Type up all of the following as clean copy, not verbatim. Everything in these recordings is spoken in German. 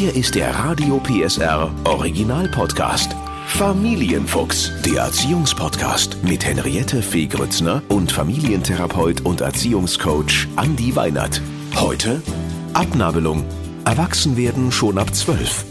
Hier ist der Radio PSR Original Podcast. Familienfuchs, der Erziehungspodcast mit Henriette Fee Grützner und Familientherapeut und Erziehungscoach Andi Weinert. Heute Abnabelung. Erwachsenwerden schon ab 12.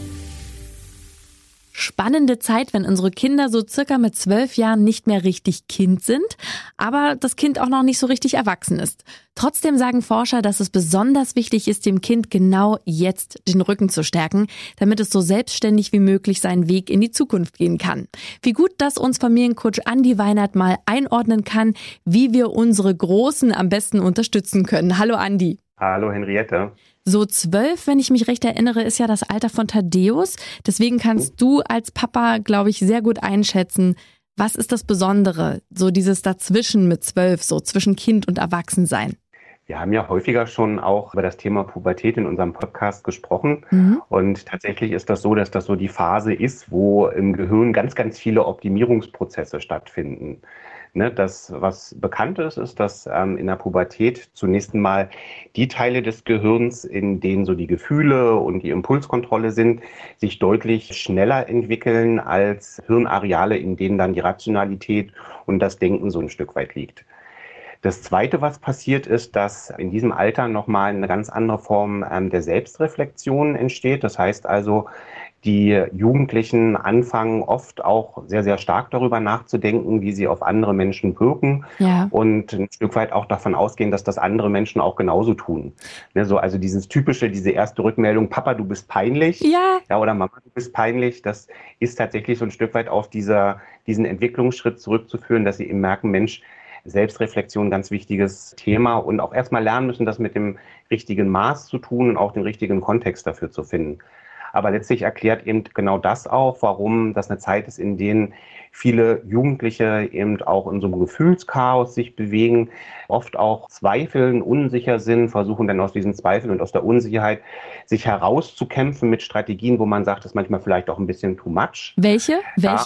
Spannende Zeit, wenn unsere Kinder so circa mit 12 Jahren nicht mehr richtig Kind sind, aber das Kind auch noch nicht so richtig erwachsen ist. Trotzdem sagen Forscher, dass es besonders wichtig ist, dem Kind genau jetzt den Rücken zu stärken, damit es so selbstständig wie möglich seinen Weg in die Zukunft gehen kann. Wie gut, dass uns Familiencoach Andi Weinert mal einordnen kann, wie wir unsere Großen am besten unterstützen können. Hallo Andi. Hallo Henriette. So 12, wenn ich mich recht erinnere, ist ja das Alter von Thaddäus. Deswegen kannst du als Papa, glaube ich, sehr gut einschätzen, was ist das Besondere, so dieses Dazwischen mit 12, so zwischen Kind und Erwachsensein. Wir haben ja häufiger schon auch über das Thema Pubertät in unserem Podcast gesprochen. Und tatsächlich ist das so, dass das so die Phase ist, wo im Gehirn ganz, ganz viele Optimierungsprozesse stattfinden. Das, was bekannt ist, ist, dass in der Pubertät zunächst einmal die Teile des Gehirns, in denen so die Gefühle und die Impulskontrolle sind, sich deutlich schneller entwickeln als Hirnareale, in denen dann die Rationalität und das Denken so ein Stück weit liegt. Das Zweite, was passiert, ist, dass in diesem Alter nochmal eine ganz andere Form der Selbstreflexion entsteht. Das heißt also, die Jugendlichen anfangen oft auch sehr, sehr stark darüber nachzudenken, wie sie auf andere Menschen wirken, und ein Stück weit auch davon ausgehen, dass das andere Menschen auch genauso tun. Also dieses typische, diese erste Rückmeldung, Papa, du bist peinlich, oder Mama, du bist peinlich, das ist tatsächlich so ein Stück weit auf diesen Entwicklungsschritt zurückzuführen, dass sie eben merken, Mensch, Selbstreflexion, ganz wichtiges Thema, und auch erstmal lernen müssen, das mit dem richtigen Maß zu tun und auch den richtigen Kontext dafür zu finden. Aber letztlich erklärt eben genau das auch, warum das eine Zeit ist, in denen viele Jugendliche eben auch in so einem Gefühlschaos sich bewegen, oft auch zweifeln, unsicher sind, versuchen dann aus diesen Zweifeln und aus der Unsicherheit sich herauszukämpfen mit Strategien, wo man sagt, das ist manchmal vielleicht auch ein bisschen too much. Welche?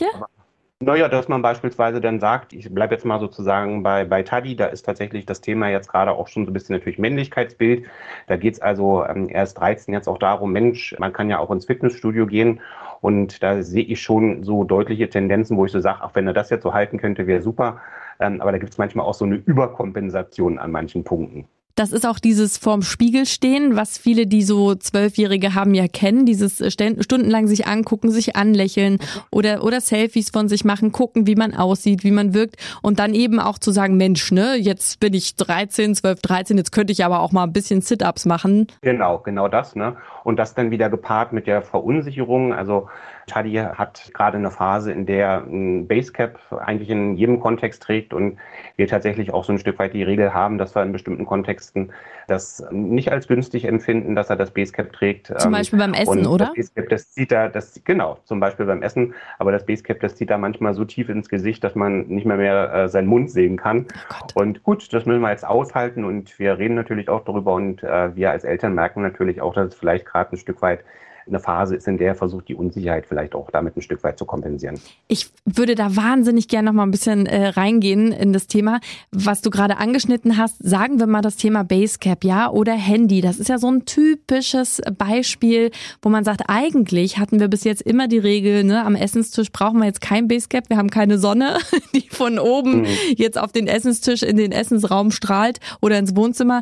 Dass man beispielsweise dann sagt, ich bleibe jetzt mal sozusagen bei Taddy, da ist tatsächlich das Thema jetzt gerade auch schon so ein bisschen natürlich Männlichkeitsbild. Da geht es also, er ist 13, jetzt auch darum, Mensch, man kann ja auch ins Fitnessstudio gehen, und da sehe ich schon so deutliche Tendenzen, wo ich so sage, auch wenn er das jetzt so halten könnte, wäre super. Aber da gibt es manchmal auch so eine Überkompensation an manchen Punkten. Das ist auch dieses vorm Spiegel stehen, was viele, die so 12-Jährige haben, ja kennen. Dieses stundenlang sich angucken, sich anlächeln oder Selfies von sich machen, gucken, wie man aussieht, wie man wirkt, und dann eben auch zu sagen, Mensch, jetzt bin ich 12, 13, jetzt könnte ich aber auch mal ein bisschen Sit-Ups machen. Genau das, Und das dann wieder gepaart mit der Verunsicherung. Also Taddy hat gerade eine Phase, in der ein Basecap eigentlich in jedem Kontext trägt, und wir tatsächlich auch so ein Stück weit die Regel haben, dass wir in bestimmten Kontexten das nicht als günstig empfinden, dass er das Basecap trägt. Zum Beispiel beim Essen, oder? Das Basecap, das zieht er, zum Beispiel beim Essen, aber das Basecap, das zieht er manchmal so tief ins Gesicht, dass man nicht mehr seinen Mund sehen kann. Und gut, das müssen wir jetzt aushalten, und wir reden natürlich auch darüber, und wir als Eltern merken natürlich auch, dass es vielleicht gerade ein Stück weit eine Phase ist, in der er versucht, die Unsicherheit vielleicht auch damit ein Stück weit zu kompensieren. Ich würde da wahnsinnig gerne noch mal ein bisschen reingehen in das Thema, was du gerade angeschnitten hast. Sagen wir mal das Thema Basecap, oder Handy. Das ist ja so ein typisches Beispiel, wo man sagt, eigentlich hatten wir bis jetzt immer die Regel, am Essenstisch brauchen wir jetzt kein Basecap, wir haben keine Sonne, die von oben jetzt auf den Essenstisch in den Essensraum strahlt oder ins Wohnzimmer.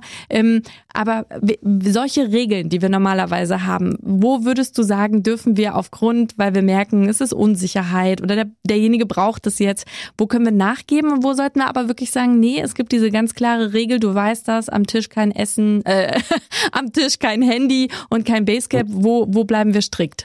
Aber solche Regeln, die wir normalerweise haben, wo würdest du sagen, dürfen wir aufgrund, weil wir merken, es ist Unsicherheit oder derjenige braucht es jetzt, wo können wir nachgeben und wo sollten wir aber wirklich sagen, nee, es gibt diese ganz klare Regel, du weißt das, am Tisch kein Essen, am Tisch kein Handy und kein Basecap, wo bleiben wir strikt?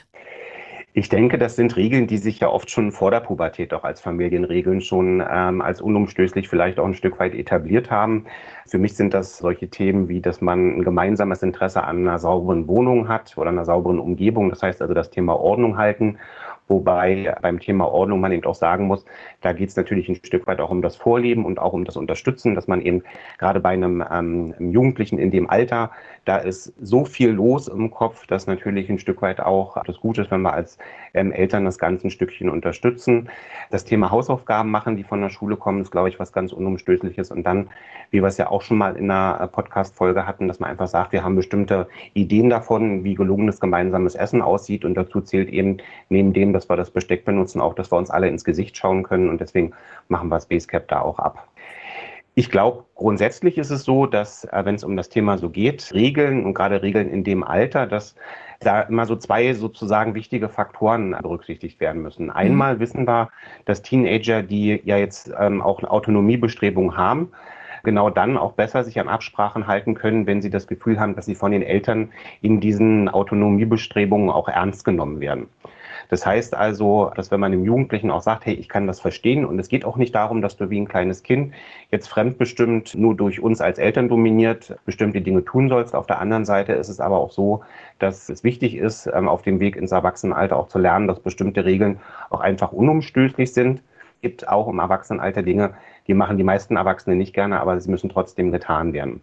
Ich denke, das sind Regeln, die sich ja oft schon vor der Pubertät auch als Familienregeln schon als unumstößlich vielleicht auch ein Stück weit etabliert haben. Für mich sind das solche Themen wie, dass man ein gemeinsames Interesse an einer sauberen Wohnung hat oder einer sauberen Umgebung. Das heißt also das Thema Ordnung halten. Wobei beim Thema Ordnung man eben auch sagen muss, da geht es natürlich ein Stück weit auch um das Vorleben und auch um das Unterstützen, dass man eben gerade bei einem Jugendlichen in dem Alter Da ist so viel los im Kopf, dass natürlich ein Stück weit auch das Gute ist, wenn wir als Eltern das Ganze ein Stückchen unterstützen. Das Thema Hausaufgaben machen, die von der Schule kommen, ist, glaube ich, was ganz Unumstößliches. Und dann, wie wir es ja auch schon mal in einer Podcast-Folge hatten, dass man einfach sagt, wir haben bestimmte Ideen davon, wie gelungenes gemeinsames Essen aussieht. Und dazu zählt eben neben dem, dass wir das Besteck benutzen, auch, dass wir uns alle ins Gesicht schauen können. Und deswegen machen wir das Basecap da auch ab. Ich glaube, grundsätzlich ist es so, dass, wenn es um das Thema so geht, Regeln und gerade Regeln in dem Alter, dass da immer so zwei sozusagen wichtige Faktoren berücksichtigt werden müssen. Einmal wissen wir, dass Teenager, die ja jetzt auch eine Autonomiebestrebung haben, genau dann auch besser sich an Absprachen halten können, wenn sie das Gefühl haben, dass sie von den Eltern in diesen Autonomiebestrebungen auch ernst genommen werden. Das heißt also, dass wenn man dem Jugendlichen auch sagt, hey, ich kann das verstehen und es geht auch nicht darum, dass du wie ein kleines Kind jetzt fremdbestimmt nur durch uns als Eltern dominiert bestimmte Dinge tun sollst. Auf der anderen Seite ist es aber auch so, dass es wichtig ist, auf dem Weg ins Erwachsenenalter auch zu lernen, dass bestimmte Regeln auch einfach unumstößlich sind. Es gibt auch im Erwachsenenalter Dinge, die machen die meisten Erwachsene nicht gerne, aber sie müssen trotzdem getan werden.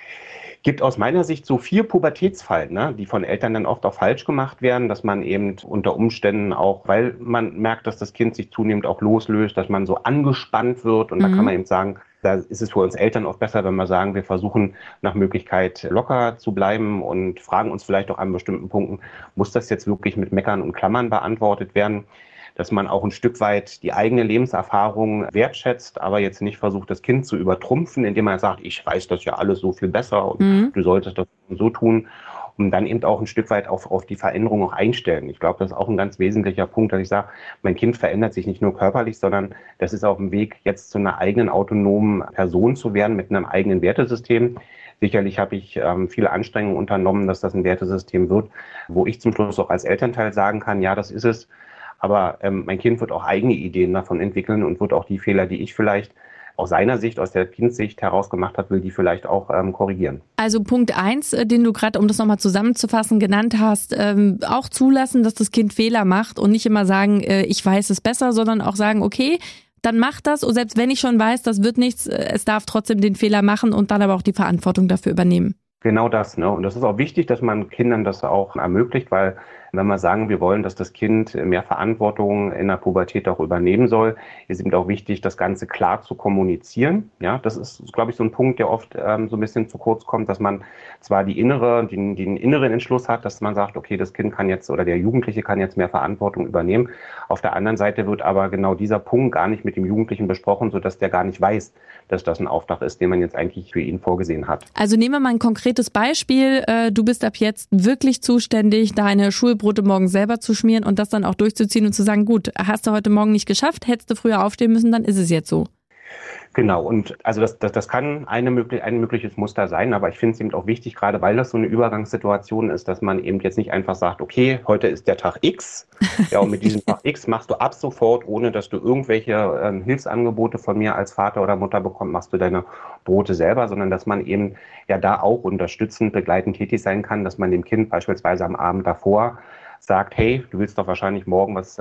Gibt aus meiner Sicht so 4 Pubertätsfallen, ne, die von Eltern dann oft auch falsch gemacht werden, dass man eben unter Umständen auch, weil man merkt, dass das Kind sich zunehmend auch loslöst, dass man so angespannt wird. Und da kann man eben sagen, da ist es für uns Eltern oft besser, wenn wir sagen, wir versuchen nach Möglichkeit locker zu bleiben und fragen uns vielleicht auch an bestimmten Punkten, muss das jetzt wirklich mit Meckern und Klammern beantwortet werden? Dass man auch ein Stück weit die eigene Lebenserfahrung wertschätzt, aber jetzt nicht versucht, das Kind zu übertrumpfen, indem man sagt, ich weiß das ja alles so viel besser und du solltest das so tun. Und dann eben auch ein Stück weit auf die Veränderung auch einstellen. Ich glaube, das ist auch ein ganz wesentlicher Punkt, dass ich sage, mein Kind verändert sich nicht nur körperlich, sondern das ist auf dem Weg, jetzt zu einer eigenen autonomen Person zu werden mit einem eigenen Wertesystem. Sicherlich habe ich viele Anstrengungen unternommen, dass das ein Wertesystem wird, wo ich zum Schluss auch als Elternteil sagen kann, ja, das ist es. Aber mein Kind wird auch eigene Ideen davon entwickeln und wird auch die Fehler, die ich vielleicht aus seiner Sicht, aus der Kindssicht heraus gemacht habe, will die vielleicht auch korrigieren. Also Punkt 1, den du gerade, um das nochmal zusammenzufassen, genannt hast, auch zulassen, dass das Kind Fehler macht und nicht immer sagen, ich weiß es besser, sondern auch sagen, okay, dann mach das und selbst wenn ich schon weiß, das wird nichts, es darf trotzdem den Fehler machen und dann aber auch die Verantwortung dafür übernehmen. Genau das, ne? Und das ist auch wichtig, dass man Kindern das auch ermöglicht, weil wenn wir sagen, wir wollen, dass das Kind mehr Verantwortung in der Pubertät auch übernehmen soll, ist eben auch wichtig, das Ganze klar zu kommunizieren. Ja, das ist, glaube ich, so ein Punkt, der oft so ein bisschen zu kurz kommt, dass man zwar den inneren Entschluss hat, dass man sagt, okay, das Kind kann jetzt oder der Jugendliche kann jetzt mehr Verantwortung übernehmen. Auf der anderen Seite wird aber genau dieser Punkt gar nicht mit dem Jugendlichen besprochen, sodass der gar nicht weiß, dass das ein Auftrag ist, den man jetzt eigentlich für ihn vorgesehen hat. Also nehmen wir mal ein konkretes Beispiel. Du bist ab jetzt wirklich zuständig, deine Schulbrote morgen selber zu schmieren und das dann auch durchzuziehen und zu sagen, gut, hast du heute Morgen nicht geschafft, hättest du früher aufstehen müssen, dann ist es jetzt so. Genau, und also das kann ein mögliches Muster sein, aber ich finde es eben auch wichtig, gerade weil das so eine Übergangssituation ist, dass man eben jetzt nicht einfach sagt, okay, heute ist der Tag X, ja, und mit diesem Tag X machst du ab sofort, ohne dass du irgendwelche Hilfsangebote von mir als Vater oder Mutter bekommst, machst du deine Brote selber, sondern dass man eben ja da auch unterstützend, begleitend tätig sein kann, dass man dem Kind beispielsweise am Abend davor sagt, hey, du willst doch wahrscheinlich morgen was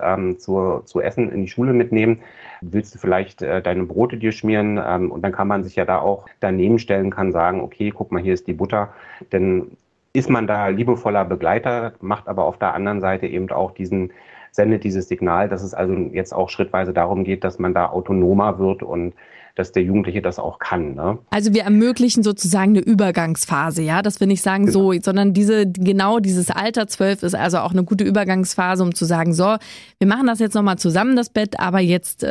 zu essen in die Schule mitnehmen, willst du vielleicht deine Brote dir schmieren und dann kann man sich ja da auch daneben stellen, kann sagen, okay, guck mal, hier ist die Butter, denn ist man da liebevoller Begleiter, macht aber auf der anderen Seite eben auch sendet dieses Signal, dass es also jetzt auch schrittweise darum geht, dass man da autonomer wird und dass der Jugendliche das auch kann. Ne? Also wir ermöglichen sozusagen eine Übergangsphase, ja, dass wir nicht sagen so, sondern dieses Alter 12 ist also auch eine gute Übergangsphase, um zu sagen, so, wir machen das jetzt nochmal zusammen, das Bett, aber jetzt,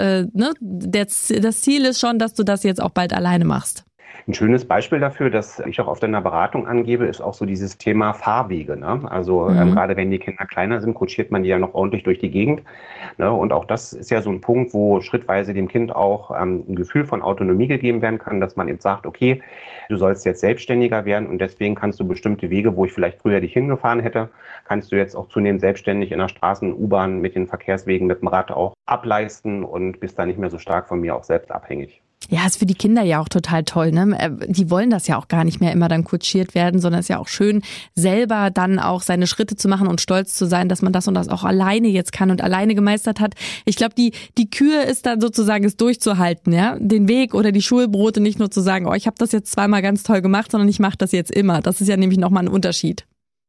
das Ziel ist schon, dass du das jetzt auch bald alleine machst. Ein schönes Beispiel dafür, das ich auch oft in der Beratung angebe, ist auch so dieses Thema Fahrwege. Ne? Also gerade wenn die Kinder kleiner sind, kutschiert man die ja noch ordentlich durch die Gegend. Ne? Und auch das ist ja so ein Punkt, wo schrittweise dem Kind auch ein Gefühl von Autonomie gegeben werden kann, dass man eben sagt, okay, du sollst jetzt selbstständiger werden und deswegen kannst du bestimmte Wege, wo ich vielleicht früher dich hingefahren hätte, kannst du jetzt auch zunehmend selbstständig in der Straßen, U-Bahn, mit den Verkehrswegen, mit dem Rad auch ableisten und bist da nicht mehr so stark von mir auch selbst abhängig. Ja, ist für die Kinder ja auch total toll, ne? Die wollen das ja auch gar nicht mehr immer dann kutschiert werden, sondern es ist ja auch schön, selber dann auch seine Schritte zu machen und stolz zu sein, dass man das und das auch alleine jetzt kann und alleine gemeistert hat. Ich glaube, die Kür ist dann sozusagen, es durchzuhalten, ja? Den Weg oder die Schulbrote, nicht nur zu sagen, oh, ich habe das jetzt zweimal ganz toll gemacht, sondern ich mache das jetzt immer. Das ist ja nämlich nochmal ein Unterschied.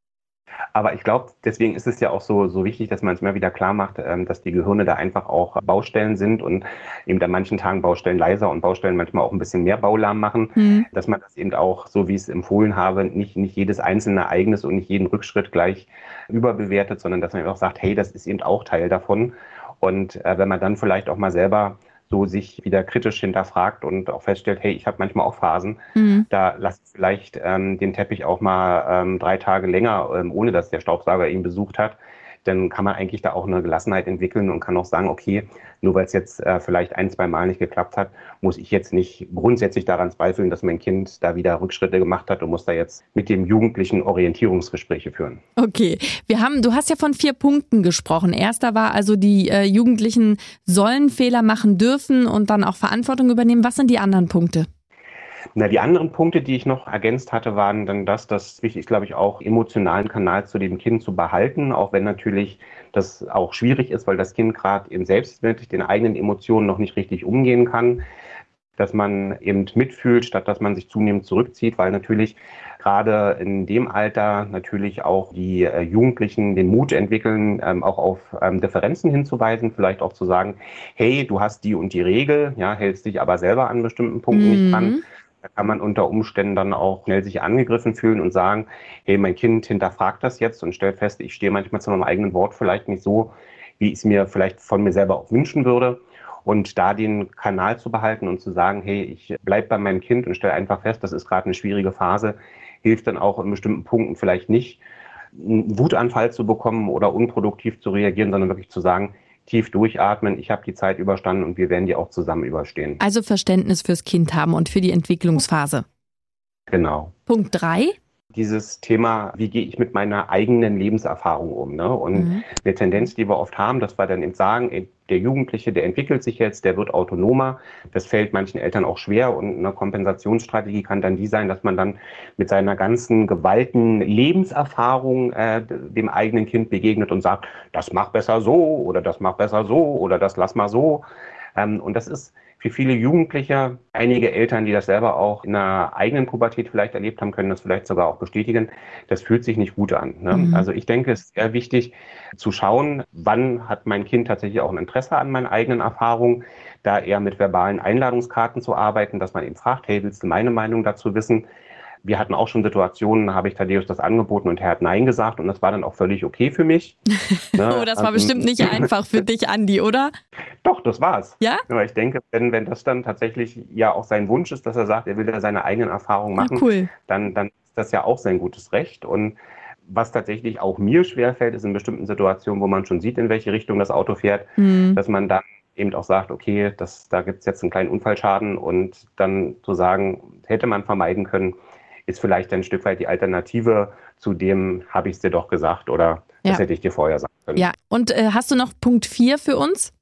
Aber ich glaube, deswegen ist es ja auch so wichtig, dass man es immer wieder klar macht, dass die Gehirne da einfach auch Baustellen sind und eben an manchen Tagen Baustellen leiser und Baustellen manchmal auch ein bisschen mehr Baulärm machen, dass man das eben auch, so wie ich es empfohlen habe, nicht jedes einzelne Ereignis und nicht jeden Rückschritt gleich überbewertet, sondern dass man eben auch sagt, hey, das ist eben auch Teil davon. Und wenn man dann vielleicht auch mal selber so sich wieder kritisch hinterfragt und auch feststellt, hey, ich habe manchmal auch Phasen, da lasse ich vielleicht den Teppich auch mal 3 Tage länger, ohne dass der Staubsauger ihn besucht hat, dann kann man eigentlich da auch eine Gelassenheit entwickeln und kann auch sagen, okay, nur weil es jetzt vielleicht 1, 2 Mal nicht geklappt hat, muss ich jetzt nicht grundsätzlich daran zweifeln, dass mein Kind da wieder Rückschritte gemacht hat und muss da jetzt mit dem Jugendlichen Orientierungsgespräche führen. Okay, du hast ja von 4 Punkten gesprochen. Erster war also, die Jugendlichen sollen Fehler machen dürfen und dann auch Verantwortung übernehmen. Was sind die anderen Punkte? Na, die anderen Punkte, die ich noch ergänzt hatte, waren dann dass wichtig ist, glaube ich, auch emotionalen Kanal zu dem Kind zu behalten, auch wenn natürlich das auch schwierig ist, weil das Kind gerade eben selbst mit den eigenen Emotionen noch nicht richtig umgehen kann, dass man eben mitfühlt, statt dass man sich zunehmend zurückzieht, weil natürlich gerade in dem Alter natürlich auch die Jugendlichen den Mut entwickeln, auch auf Differenzen hinzuweisen, vielleicht auch zu sagen, hey, du hast die und die Regel, ja, hältst dich aber selber an bestimmten Punkten nicht dran. Da kann man unter Umständen dann auch schnell sich angegriffen fühlen und sagen, hey, mein Kind hinterfragt das jetzt und stellt fest, ich stehe manchmal zu meinem eigenen Wort vielleicht nicht so, wie ich es mir vielleicht von mir selber auch wünschen würde. Und da den Kanal zu behalten und zu sagen, hey, ich bleib bei meinem Kind und stelle einfach fest, das ist gerade eine schwierige Phase, hilft dann auch in bestimmten Punkten vielleicht nicht, einen Wutanfall zu bekommen oder unproduktiv zu reagieren, sondern wirklich zu sagen, tief durchatmen, ich habe die Zeit überstanden und wir werden die auch zusammen überstehen. Also Verständnis fürs Kind haben und für die Entwicklungsphase. Genau. Punkt 3. Dieses Thema, wie gehe ich mit meiner eigenen Lebenserfahrung um? Ne? Und eine Tendenz, die wir oft haben, dass wir dann eben sagen, der Jugendliche, der entwickelt sich jetzt, der wird autonomer. Das fällt manchen Eltern auch schwer und eine Kompensationsstrategie kann dann die sein, dass man dann mit seiner ganzen geballten Lebenserfahrung dem eigenen Kind begegnet und sagt, das mach besser so oder das mach besser so oder das lass mal so. Und das ist für viele Jugendliche, einige Eltern, die das selber auch in einer eigenen Pubertät vielleicht erlebt haben, können das vielleicht sogar auch bestätigen. Das fühlt sich nicht gut an. Ne? Also ich denke, es ist sehr wichtig zu schauen, wann hat mein Kind tatsächlich auch ein Interesse an meinen eigenen Erfahrungen, da eher mit verbalen Einladungskarten zu arbeiten, dass man eben fragt, hey, willst du meine Meinung dazu wissen? Wir hatten auch schon Situationen, da habe ich Thaddeus das angeboten und er hat Nein gesagt und das war dann auch völlig okay für mich. Ne? Oh, das war bestimmt nicht einfach für dich, Andi, oder? Doch, das war's. Ja? Aber ich denke, wenn das dann tatsächlich ja auch sein Wunsch ist, dass er sagt, er will da seine eigenen Erfahrungen machen, cool. dann ist das ja auch sein gutes Recht. Und was tatsächlich auch mir schwerfällt, ist in bestimmten Situationen, wo man schon sieht, in welche Richtung das Auto fährt, dass man dann eben auch sagt, okay, da gibt's jetzt einen kleinen Unfallschaden und dann zu sagen, hätte man vermeiden können, ist vielleicht ein Stück weit die Alternative zu dem, habe ich es dir doch gesagt oder das hätte ich dir vorher sagen können. Ja, und hast du noch Punkt 4 für uns?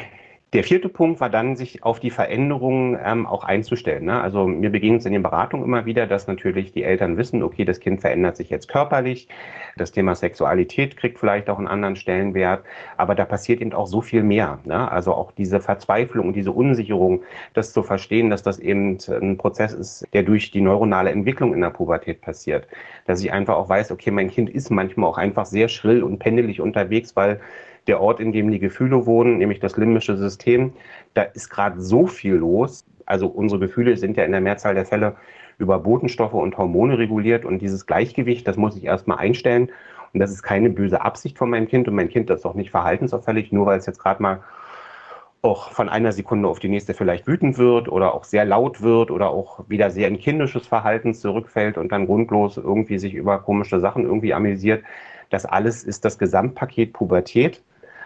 Der 4. Punkt war dann, sich auf die Veränderungen auch einzustellen. Ne? Also mir begegnet es in den Beratungen immer wieder, dass natürlich die Eltern wissen, okay, das Kind verändert sich jetzt körperlich, das Thema Sexualität kriegt vielleicht auch einen anderen Stellenwert, aber da passiert eben auch so viel mehr. Ne? Also auch diese Verzweiflung und diese Unsicherung, das zu verstehen, dass das eben ein Prozess ist, der durch die neuronale Entwicklung in der Pubertät passiert. Dass ich einfach auch weiß, okay, mein Kind ist manchmal auch einfach sehr schrill und pendelig unterwegs, weil der Ort, in dem die Gefühle wohnen, nämlich das limbische System, da ist gerade so viel los. Also unsere Gefühle sind ja in der Mehrzahl der Fälle über Botenstoffe und Hormone reguliert und dieses Gleichgewicht, das muss ich erstmal einstellen und das ist keine böse Absicht von meinem Kind und mein Kind ist auch nicht verhaltensauffällig, nur weil es jetzt gerade mal auch von einer Sekunde auf die nächste vielleicht wütend wird oder auch sehr laut wird oder auch wieder sehr in kindisches Verhalten zurückfällt und dann grundlos irgendwie sich über komische Sachen irgendwie amüsiert. Das alles ist das Gesamtpaket Pubertät.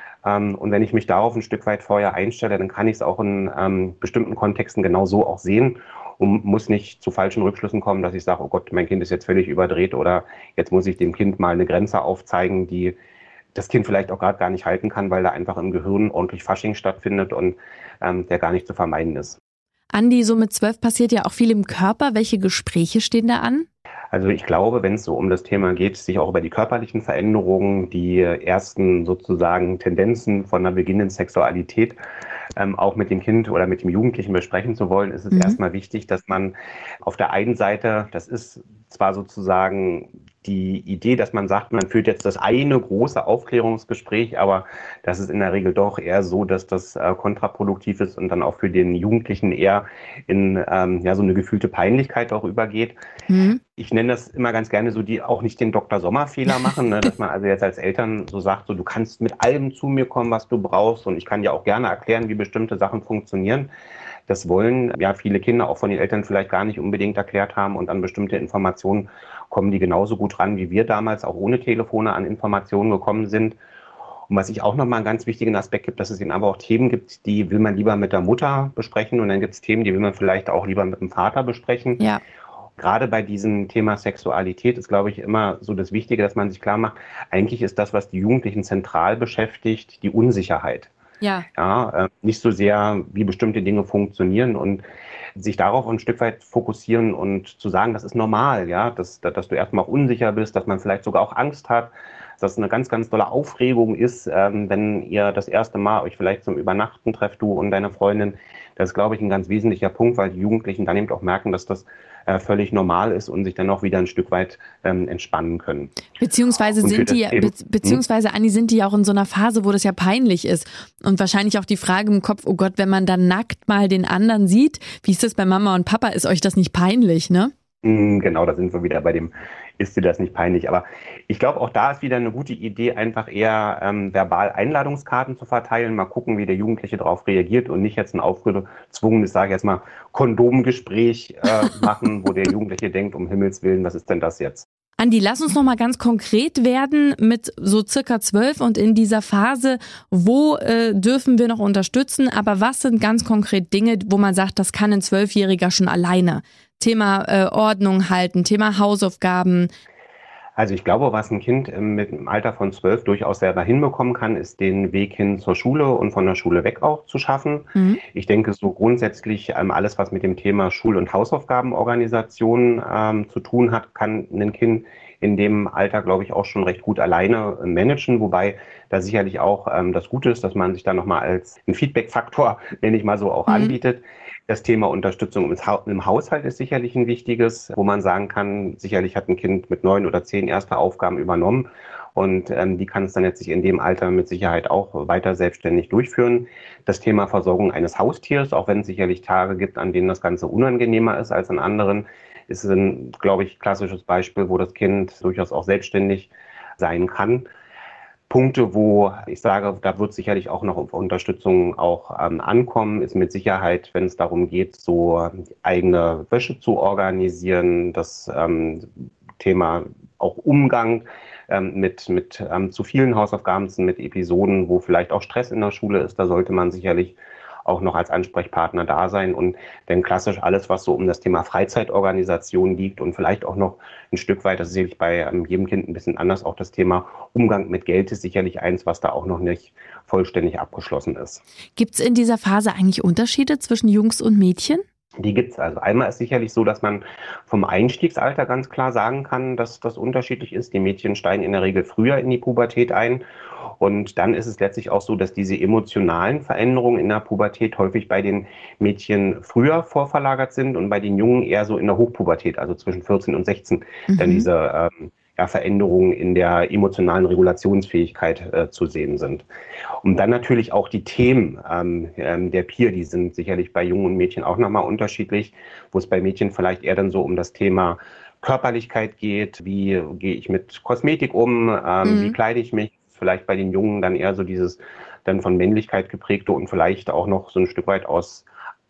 Und wenn ich mich darauf ein Stück weit vorher einstelle, dann kann ich es auch in bestimmten Kontexten genau so auch sehen und muss nicht zu falschen Rückschlüssen kommen, dass ich sage, oh Gott, mein Kind ist jetzt völlig überdreht oder jetzt muss ich dem Kind mal eine Grenze aufzeigen, die das Kind vielleicht auch gerade gar nicht halten kann, weil da einfach im Gehirn ordentlich Fasching stattfindet und der gar nicht zu vermeiden ist. Andi, so mit 12 passiert ja auch viel im Körper. Welche Gespräche stehen da an? Also ich glaube, wenn es so um das Thema geht, sich auch über die körperlichen Veränderungen, die ersten sozusagen Tendenzen von einer beginnenden Sexualität auch mit dem Kind oder mit dem Jugendlichen besprechen zu wollen, ist es erstmal wichtig, dass man auf der einen Seite, das ist zwar sozusagen die Idee, dass man sagt, man führt jetzt das eine große Aufklärungsgespräch, aber das ist in der Regel doch eher so, dass das kontraproduktiv ist und dann auch für den Jugendlichen eher in so eine gefühlte Peinlichkeit auch übergeht. Ich nenne das immer ganz gerne so, die auch nicht den Dr. Sommer-Fehler machen, ne? Dass man also jetzt als Eltern so sagt, so, du kannst mit allem zu mir kommen, was du brauchst, und ich kann dir auch gerne erklären, wie bestimmte Sachen funktionieren. Das wollen ja viele Kinder auch von den Eltern vielleicht gar nicht unbedingt erklärt haben, und an bestimmte Informationen kommen die genauso gut ran, wie wir damals auch ohne Telefone an Informationen gekommen sind. Und was ich auch nochmal einen ganz wichtigen Aspekt gibt, dass es eben aber auch Themen gibt, die will man lieber mit der Mutter besprechen, und dann gibt es Themen, die will man vielleicht auch lieber mit dem Vater besprechen. Ja. Gerade bei diesem Thema Sexualität ist, glaube ich, immer so das Wichtige, dass man sich klar macht, eigentlich ist das, was die Jugendlichen zentral beschäftigt, die Unsicherheit. Ja. Nicht so sehr, wie bestimmte Dinge funktionieren, und sich darauf ein Stück weit fokussieren und zu sagen, das ist normal, ja, dass du erstmal auch unsicher bist, dass man vielleicht sogar auch Angst hat, dass es eine ganz, ganz tolle Aufregung ist, wenn ihr das erste Mal euch vielleicht zum Übernachten trefft, du und deine Freundin. Das ist, glaube ich, ein ganz wesentlicher Punkt, weil die Jugendlichen dann eben auch merken, dass das völlig normal ist und sich dann auch wieder ein Stück weit entspannen können. Beziehungsweise Andi, sind die ja auch in so einer Phase, wo das ja peinlich ist. Und wahrscheinlich auch die Frage im Kopf, oh Gott, wenn man dann nackt mal den anderen sieht, wie ist das bei Mama und Papa? Ist euch das nicht peinlich, ne? Genau, da sind wir wieder bei dem, ist dir das nicht peinlich? Aber ich glaube, auch da ist wieder eine gute Idee, einfach eher verbal Einladungskarten zu verteilen, mal gucken, wie der Jugendliche darauf reagiert, und nicht jetzt ein aufgezwungenes, sage ich jetzt mal, Kondomgespräch machen, wo der Jugendliche denkt, um Himmels Willen, was ist denn das jetzt? Andi, lass uns noch mal ganz konkret werden mit so circa 12 und in dieser Phase, wo dürfen wir noch unterstützen, aber was sind ganz konkret Dinge, wo man sagt, das kann ein 12-Jähriger schon alleine? Thema Ordnung halten, Thema Hausaufgaben. Also ich glaube, was ein Kind mit dem Alter von 12 durchaus selber hinbekommen kann, ist den Weg hin zur Schule und von der Schule weg auch zu schaffen. Ich denke, so grundsätzlich alles, was mit dem Thema Schul- und Hausaufgabenorganisation zu tun hat, kann ein Kind in dem Alter, glaube ich, auch schon recht gut alleine managen, wobei da sicherlich auch das Gute ist, dass man sich da nochmal als ein Feedback-Faktor, nenne ich mal so, auch anbietet. Das Thema Unterstützung im Haushalt ist sicherlich ein wichtiges, wo man sagen kann, sicherlich hat ein Kind mit 9 oder 10 erste Aufgaben übernommen, und die kann es dann jetzt sich in dem Alter mit Sicherheit auch weiter selbstständig durchführen. Das Thema Versorgung eines Haustiers, auch wenn es sicherlich Tage gibt, an denen das Ganze unangenehmer ist als an anderen, ist ein, glaube ich, klassisches Beispiel, wo das Kind durchaus auch selbstständig sein kann. Punkte, wo ich sage, da wird sicherlich auch noch auf Unterstützung auch ankommen, ist mit Sicherheit, wenn es darum geht, so eigene Wäsche zu organisieren, das Thema auch Umgang mit zu vielen Hausaufgaben, mit Episoden, wo vielleicht auch Stress in der Schule ist, da sollte man sicherlich auch noch als Ansprechpartner da sein, und dann klassisch alles, was so um das Thema Freizeitorganisation liegt, und vielleicht auch noch ein Stück weit, das ist sicherlich bei jedem Kind ein bisschen anders, auch das Thema Umgang mit Geld ist sicherlich eins, was da auch noch nicht vollständig abgeschlossen ist. Gibt es in dieser Phase eigentlich Unterschiede zwischen Jungs und Mädchen? Die gibt's. Also einmal ist sicherlich so, dass man vom Einstiegsalter ganz klar sagen kann, dass das unterschiedlich ist. Die Mädchen steigen in der Regel früher in die Pubertät ein. Und dann ist es letztlich auch so, dass diese emotionalen Veränderungen in der Pubertät häufig bei den Mädchen früher vorverlagert sind und bei den Jungen eher so in der Hochpubertät, also zwischen 14 und 16, dann diese Veränderungen in der emotionalen Regulationsfähigkeit zu sehen sind. Und dann natürlich auch die Themen der Peer, die sind sicherlich bei Jungen und Mädchen auch nochmal unterschiedlich, wo es bei Mädchen vielleicht eher dann so um das Thema Körperlichkeit geht, wie gehe ich mit Kosmetik um, wie kleide ich mich, vielleicht bei den Jungen dann eher so dieses dann von Männlichkeit geprägte und vielleicht auch noch so ein Stück weit aus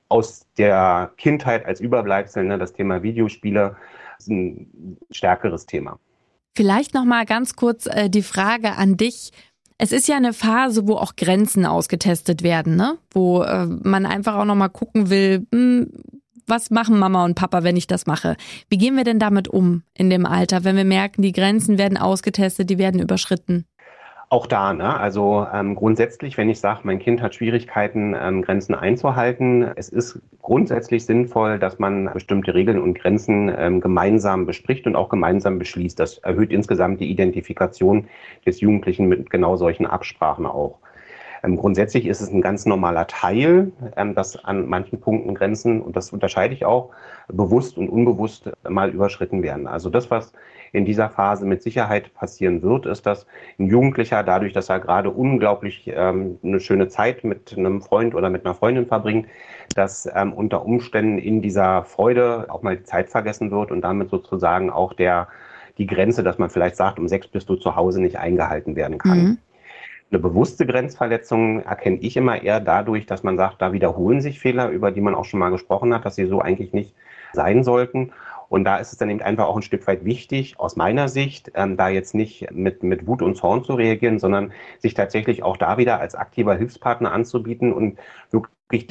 der Kindheit als Überbleibsel, ne, das Thema Videospiele ist ein stärkeres Thema. Vielleicht noch mal ganz kurz die Frage an dich. Es ist ja eine Phase, wo auch Grenzen ausgetestet werden, ne? Wo man einfach auch noch mal gucken will, was machen Mama und Papa, wenn ich das mache? Wie gehen wir denn damit um in dem Alter, wenn wir merken, die Grenzen werden ausgetestet, die werden überschritten? Auch da, ne? Also grundsätzlich, wenn ich sage, mein Kind hat Schwierigkeiten, Grenzen einzuhalten, es ist grundsätzlich sinnvoll, dass man bestimmte Regeln und Grenzen gemeinsam bespricht und auch gemeinsam beschließt. Das erhöht insgesamt die Identifikation des Jugendlichen mit genau solchen Absprachen auch. Grundsätzlich ist es ein ganz normaler Teil, dass an manchen Punkten Grenzen, und das unterscheide ich auch, bewusst und unbewusst mal überschritten werden. Also das, was in dieser Phase mit Sicherheit passieren wird, ist, dass ein Jugendlicher dadurch, dass er gerade unglaublich eine schöne Zeit mit einem Freund oder mit einer Freundin verbringt, dass unter Umständen in dieser Freude auch mal die Zeit vergessen wird und damit sozusagen auch die Grenze, dass man vielleicht sagt, um 6 bist du zu Hause, nicht eingehalten werden kann. Mhm. Eine bewusste Grenzverletzung erkenne ich immer eher dadurch, dass man sagt, da wiederholen sich Fehler, über die man auch schon mal gesprochen hat, dass sie so eigentlich nicht sein sollten. Und da ist es dann eben einfach auch ein Stück weit wichtig, aus meiner Sicht, da jetzt nicht mit Wut und Zorn zu reagieren, sondern sich tatsächlich auch da wieder als aktiver Hilfspartner anzubieten und wirklich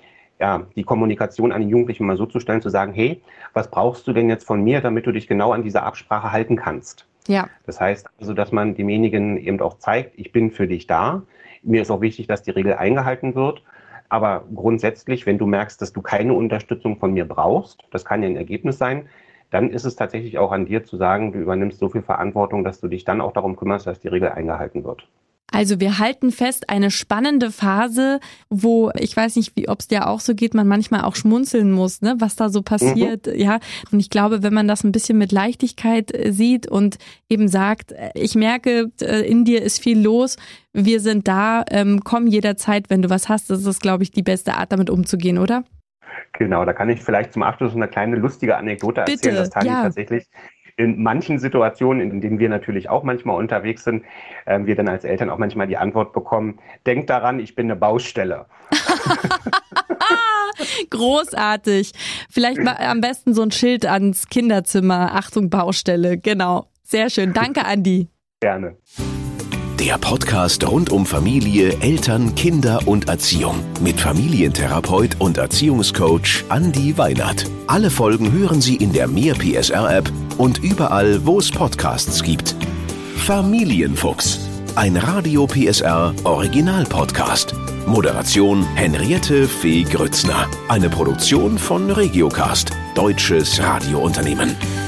die Kommunikation an den Jugendlichen mal so zu stellen, zu sagen, hey, was brauchst du denn jetzt von mir, damit du dich genau an diese Absprache halten kannst? Ja. Das heißt also, dass man demjenigen eben auch zeigt, ich bin für dich da. Mir ist auch wichtig, dass die Regel eingehalten wird. Aber grundsätzlich, wenn du merkst, dass du keine Unterstützung von mir brauchst, das kann ja ein Ergebnis sein, dann ist es tatsächlich auch an dir zu sagen, du übernimmst so viel Verantwortung, dass du dich dann auch darum kümmerst, dass die Regel eingehalten wird. Also wir halten fest, eine spannende Phase, wo, ich weiß nicht, ob es dir auch so geht, man manchmal auch schmunzeln muss, ne, was da so passiert. Ja. Und ich glaube, wenn man das ein bisschen mit Leichtigkeit sieht und eben sagt, ich merke, in dir ist viel los, wir sind da, komm jederzeit, wenn du was hast, das ist, glaube ich, die beste Art, damit umzugehen, oder? Genau, da kann ich vielleicht zum Abschluss eine kleine lustige Anekdote erzählen, dass Tani tatsächlich in manchen Situationen, in denen wir natürlich auch manchmal unterwegs sind, wir dann als Eltern auch manchmal die Antwort bekommen, denk daran, ich bin eine Baustelle. Großartig. Vielleicht mal am besten so ein Schild ans Kinderzimmer, Achtung Baustelle, genau. Sehr schön, danke Andi. Gerne. Der Podcast rund um Familie, Eltern, Kinder und Erziehung mit Familientherapeut und Erziehungscoach Andi Weinert. Alle Folgen hören Sie in der Mehr PSR App und überall, wo es Podcasts gibt. Familienfuchs, ein Radio PSR Original Podcast. Moderation Henriette Fee Grützner. Eine Produktion von Regiocast, deutsches Radiounternehmen.